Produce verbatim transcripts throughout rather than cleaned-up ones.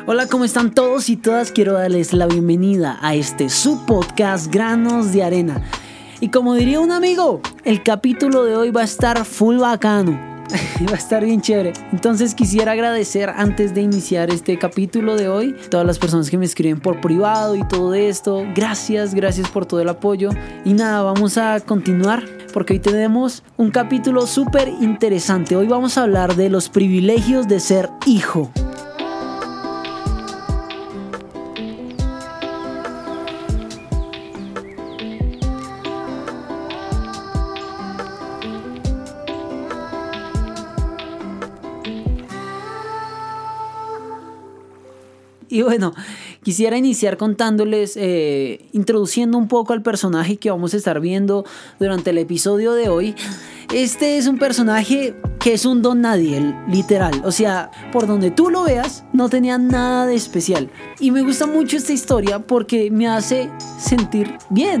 Hola, ¿cómo están todos y todas? Quiero darles la bienvenida a este su podcast Granos de Arena. Y como diría un amigo, el capítulo de hoy va a estar full bacano. Va a estar bien chévere. Entonces quisiera agradecer antes de iniciar este capítulo de hoy todas las personas que me escriben por privado y todo esto. Gracias, gracias por todo el apoyo. Y nada, vamos a continuar porque hoy tenemos un capítulo súper interesante. Hoy vamos a hablar de los privilegios de ser hijo. Y bueno, quisiera iniciar contándoles, eh, introduciendo un poco al personaje que vamos a estar viendo durante el episodio de hoy. Este es un personaje que es un don nadie, literal. O sea, por donde tú lo veas, no tenía nada de especial. Y me gusta mucho esta historia porque me hace sentir bien.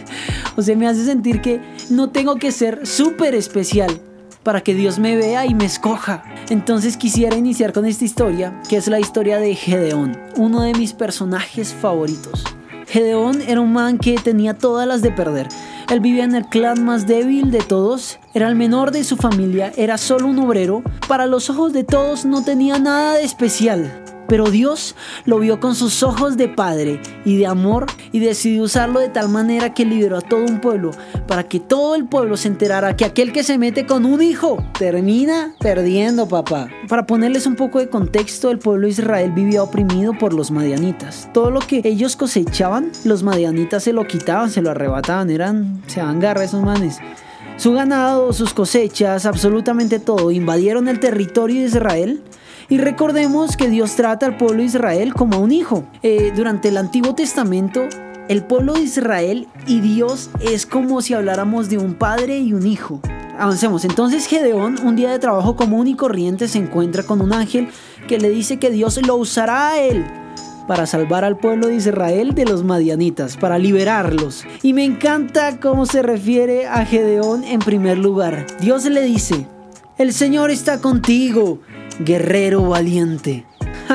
O sea, me hace sentir que no tengo que ser súper especial para que Dios me vea y me escoja. Entonces quisiera iniciar con esta historia, que es la historia de Gedeón, uno de mis personajes favoritos. Gedeón era un man que tenía todas las de perder. Él vivía en el clan más débil de todos, era el menor de su familia, era solo un obrero. Para los ojos de todos no tenía nada de especial. Pero Dios lo vio con sus ojos de padre y de amor y decidió usarlo de tal manera que liberó a todo un pueblo para que todo el pueblo se enterara que aquel que se mete con un hijo termina perdiendo, papá. Para ponerles un poco de contexto, el pueblo de Israel vivía oprimido por los madianitas. Todo lo que ellos cosechaban, los madianitas se lo quitaban, se lo arrebataban, eran, se daban garra esos manes. Su ganado, sus cosechas, absolutamente todo, invadieron el territorio de Israel. Y recordemos que Dios trata al pueblo de Israel como a un hijo. Eh, durante el Antiguo Testamento, el pueblo de Israel y Dios es como si habláramos de un padre y un hijo. Avancemos. Entonces Gedeón, un día de trabajo común y corriente, se encuentra con un ángel que le dice que Dios lo usará a él para salvar al pueblo de Israel de los madianitas, para liberarlos. Y me encanta cómo se refiere a Gedeón en primer lugar. Dios le dice: el Señor está contigo, guerrero valiente.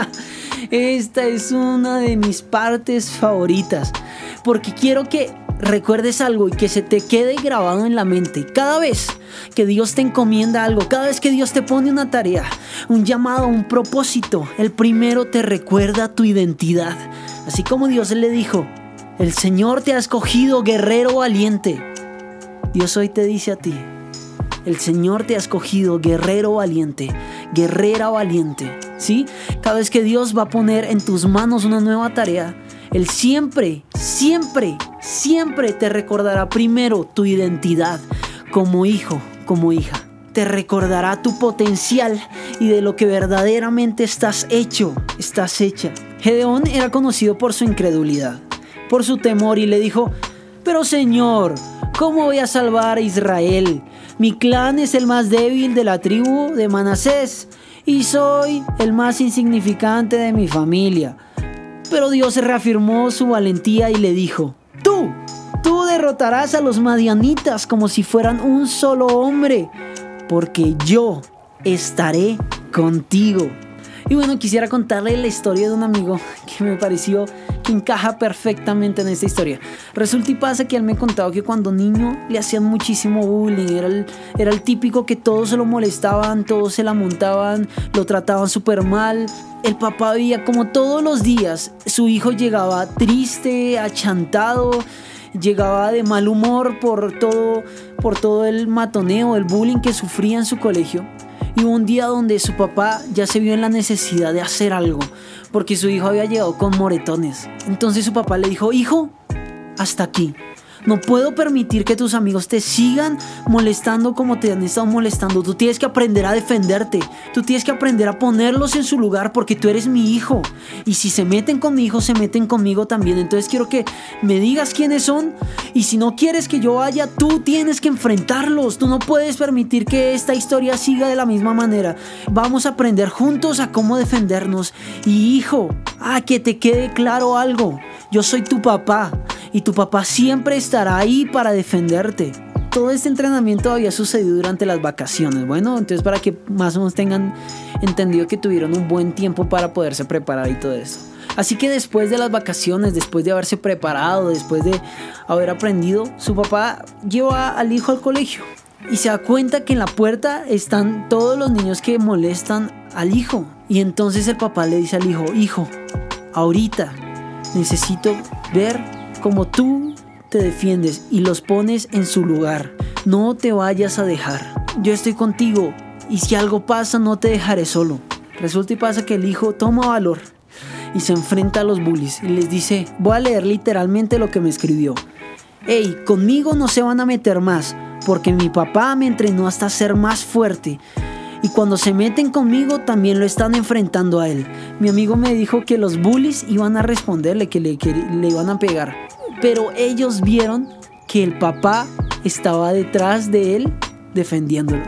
Esta es una de mis partes favoritas, porque quiero que recuerdes algo y que se te quede grabado en la mente. Cada vez que Dios te encomienda algo, cada vez que Dios te pone una tarea, un llamado, un propósito, el primero te recuerda tu identidad. Así como Dios le dijo: el Señor te ha escogido, guerrero valiente. Dios hoy te dice a ti: el Señor te ha escogido, guerrero valiente, guerrera valiente, ¿sí? Cada vez que Dios va a poner en tus manos una nueva tarea, Él siempre, siempre, siempre te recordará primero tu identidad como hijo, como hija. Te recordará tu potencial y de lo que verdaderamente estás hecho, estás hecha. Gedeón era conocido por su incredulidad, por su temor, y le dijo: pero Señor, ¿cómo voy a salvar a Israel? Mi clan es el más débil de la tribu de Manasés y soy el más insignificante de mi familia. Pero Dios reafirmó su valentía y le dijo: Tú, tú derrotarás a los madianitas como si fueran un solo hombre, porque yo estaré contigo. Y bueno, quisiera contarle la historia de un amigo que me pareció que encaja perfectamente en esta historia. Resulta y pasa que él me contaba que cuando niño le hacían muchísimo bullying. Era el, era el típico que todos se lo molestaban, todos se la montaban, lo trataban súper mal. El papá veía como todos los días su hijo llegaba triste, achantado, llegaba de mal humor por todo, por todo el matoneo, el bullying que sufría en su colegio. Y hubo un día donde su papá ya se vio en la necesidad de hacer algo, porque su hijo había llegado con moretones. Entonces su papá le dijo: hijo, hasta aquí. No puedo permitir que tus amigos te sigan molestando como te han estado molestando. Tú tienes que aprender a defenderte. Tú tienes que aprender a ponerlos en su lugar, porque tú eres mi hijo. Y si se meten con mi hijo, se meten conmigo también. Entonces quiero que me digas quiénes son. Y si no quieres que yo vaya, tú tienes que enfrentarlos. Tú no puedes permitir que esta historia siga de la misma manera. Vamos a aprender juntos a cómo defendernos. Y hijo, ah, que te quede claro algo. Yo soy tu papá. Y tu papá siempre estará ahí para defenderte. todo este entrenamiento había sucedido durante las vacaciones. Bueno, entonces para que más o menos tengan entendido que tuvieron un buen tiempo para poderse preparar y todo eso. Así que después de las vacaciones, después de haberse preparado, después de haber aprendido, su papá lleva al hijo al colegio y se da cuenta que en la puerta están todos los niños que molestan al hijo. Y entonces el papá le dice al hijo: hijo, ahorita necesito ver cómo tú te defiendes y los pones en su lugar. No te vayas a dejar. Yo estoy contigo y si algo pasa no te dejaré solo. Resulta y pasa que el hijo toma valor y se enfrenta a los bullies y les dice: voy a leer literalmente lo que me escribió. Hey, conmigo no se van a meter más, porque mi papá me entrenó hasta ser más fuerte. Y cuando se meten conmigo también lo están enfrentando a él. Mi amigo me dijo que los bullies iban a responderle, que le, que le iban a pegar. Pero ellos vieron que el papá estaba detrás de él defendiéndolo.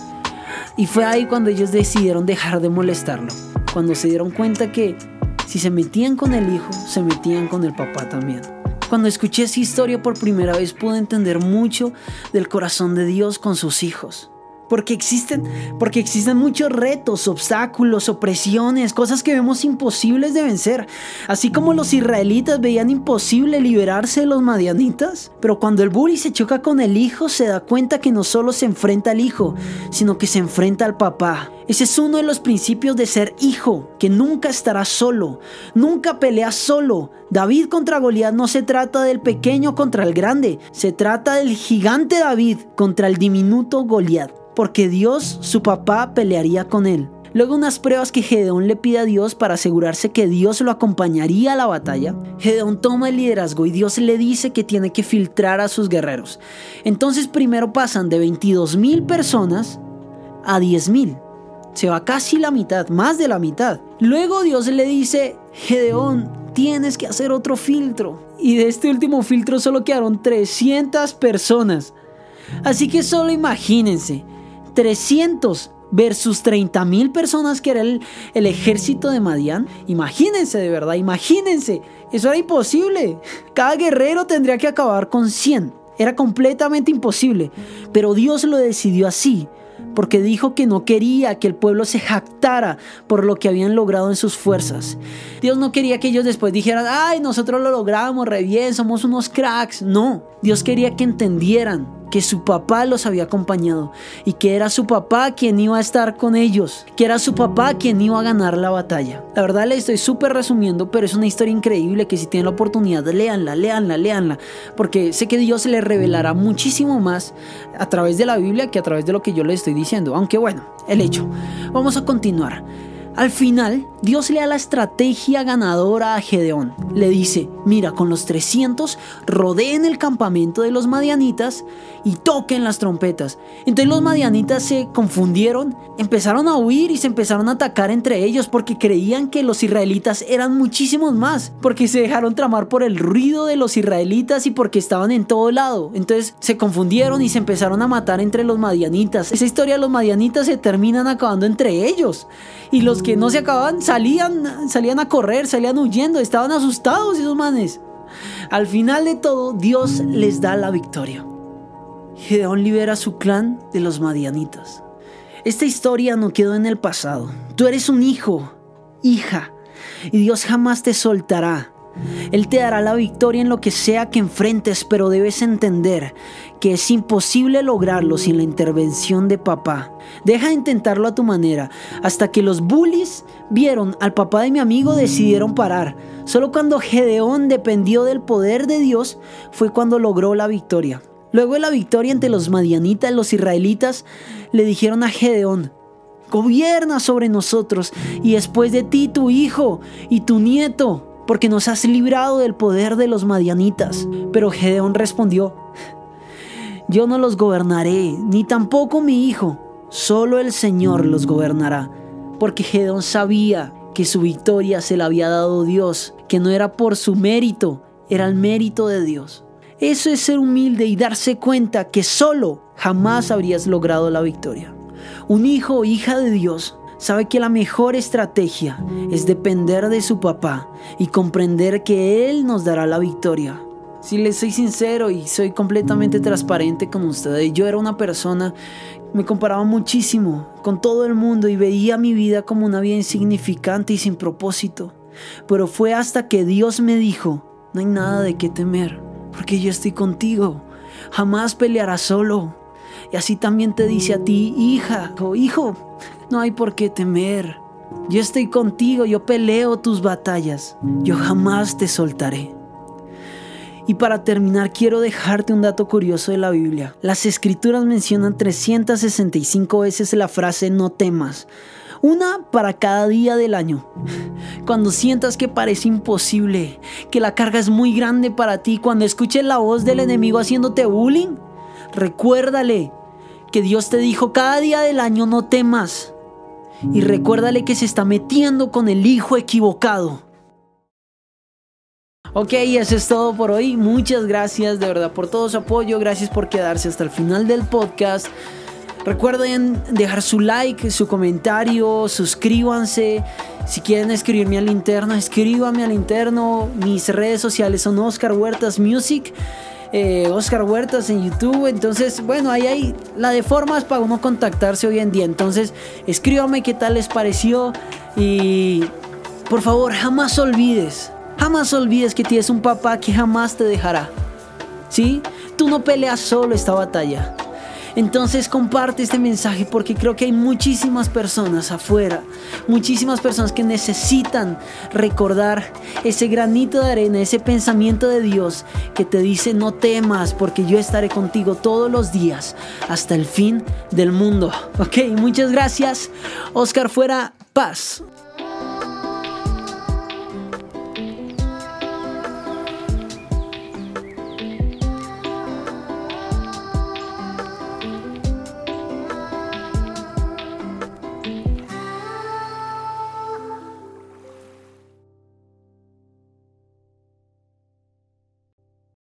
Y fue ahí cuando ellos decidieron dejar de molestarlo. Cuando se dieron cuenta que si se metían con el hijo, se metían con el papá también. Cuando escuché esa historia por primera vez pude entender mucho del corazón de Dios con sus hijos. Porque existen, porque existen muchos retos, obstáculos, opresiones, cosas que vemos imposibles de vencer. Así como los israelitas veían imposible liberarse de los madianitas. Pero cuando el bully se choca con el hijo, se da cuenta que no solo se enfrenta al hijo, sino que se enfrenta al papá. Ese es uno de los principios de ser hijo, que nunca estarás solo, nunca peleas solo. David contra Goliat no se trata del pequeño contra el grande, se trata del gigante David contra el diminuto Goliat. Porque Dios, su papá, pelearía con él. Luego unas pruebas que Gedeón le pide a Dios para asegurarse que Dios lo acompañaría a la batalla. Gedeón toma el liderazgo y Dios le dice que tiene que filtrar a sus guerreros. Entonces primero pasan de veintidós mil personas a diez mil. Se va casi la mitad, más de la mitad. Luego Dios le dice: Gedeón, tienes que hacer otro filtro. Y de este último filtro solo quedaron trescientas personas. Así que solo imagínense, trescientos versus treinta mil personas que era el, el ejército de Madián. Imagínense, de verdad, imagínense. Eso era imposible. Cada guerrero tendría que acabar con cien. Era completamente imposible. Pero Dios lo decidió así, porque dijo que no quería que el pueblo se jactara por lo que habían logrado en sus fuerzas. Dios no quería que ellos después dijeran: ay, nosotros lo logramos, re bien, somos unos cracks. No, Dios quería que entendieran que su papá los había acompañado y que era su papá quien iba a estar con ellos, que era su papá quien iba a ganar la batalla. La verdad le estoy súper resumiendo, pero es una historia increíble que si tienen la oportunidad, léanla, léanla, léanla, porque sé que Dios le revelará muchísimo más a través de la Biblia que a través de lo que yo les estoy diciendo. Aunque bueno, el hecho. Vamos a continuar. Al final, Dios le da la estrategia ganadora a Gedeón. Le dice: mira, con los trescientos rodeen el campamento de los madianitas y toquen las trompetas. Entonces los madianitas se confundieron, empezaron a huir y se empezaron a atacar entre ellos porque creían que los israelitas eran muchísimos más, porque se dejaron tramar por el ruido de los israelitas y porque estaban en todo lado. Entonces se confundieron y se empezaron a matar entre los madianitas. Esa historia de los madianitas se terminan acabando entre ellos. Y los que no se acababan salían, salían a correr, salían huyendo, estaban asustados esos manes. Al final de todo, Dios les da la victoria. Gedeón libera a su clan de los madianitas. Esta historia no quedó en el pasado. Tú eres un hijo, hija, y Dios jamás te soltará. Él te dará la victoria en lo que sea que enfrentes, pero debes entender que es imposible lograrlo sin la intervención de papá. Deja de intentarlo a tu manera. Hasta que los bullies vieron al papá de mi amigo, decidieron parar. Solo cuando Gedeón dependió del poder de Dios fue cuando logró la victoria. Luego de la victoria ante los madianitas, los israelitas le dijeron a Gedeón: gobierna sobre nosotros y después de ti tu hijo y tu nieto, porque nos has librado del poder de los madianitas. Pero Gedeón respondió: yo no los gobernaré, ni tampoco mi hijo, solo el Señor los gobernará. Porque Gedeón sabía que su victoria se la había dado Dios, que no era por su mérito, era el mérito de Dios. Eso es ser humilde y darse cuenta que solo jamás habrías logrado la victoria. Un hijo o hija de Dios sabe que la mejor estrategia es depender de su papá y comprender que Él nos dará la victoria. Si les soy sincero y soy completamente transparente con ustedes, yo era una persona, me comparaba muchísimo con todo el mundo y veía mi vida como una vida insignificante y sin propósito. Pero fue hasta que Dios me dijo, no hay nada de qué temer, porque yo estoy contigo, jamás pelearás solo. Y así también te dice a ti, hija o hijo, no hay por qué temer. Yo estoy contigo, yo peleo tus batallas, yo jamás te soltaré. Y para terminar, quiero dejarte un dato curioso de la Biblia. Las escrituras mencionan trescientas sesenta y cinco veces la frase no temas. Una para cada día del año. Cuando sientas que parece imposible, que la carga es muy grande para ti, cuando escuches la voz del enemigo haciéndote bullying, recuérdale que Dios te dijo cada día del año no temas. Y recuérdale que se está metiendo con el hijo equivocado. Ok, eso es todo por hoy. Muchas gracias de verdad por todo su apoyo. Gracias por quedarse hasta el final del podcast. Recuerden dejar su like, su comentario, suscríbanse. Si quieren escribirme al interno, escríbame al interno. Mis redes sociales son Oscar Huertas Music, eh, Oscar Huertas en YouTube. Entonces, bueno, ahí hay la de formas para uno contactarse hoy en día. Entonces, escríbame qué tal les pareció. Y por favor, jamás olvides, jamás olvides que tienes un papá que jamás te dejará. ¿Sí? Tú no peleas solo esta batalla. Entonces comparte este mensaje porque creo que hay muchísimas personas afuera, muchísimas personas que necesitan recordar ese granito de arena, ese pensamiento de Dios que te dice no temas porque yo estaré contigo todos los días hasta el fin del mundo. Ok, muchas gracias. Oscar fuera, paz.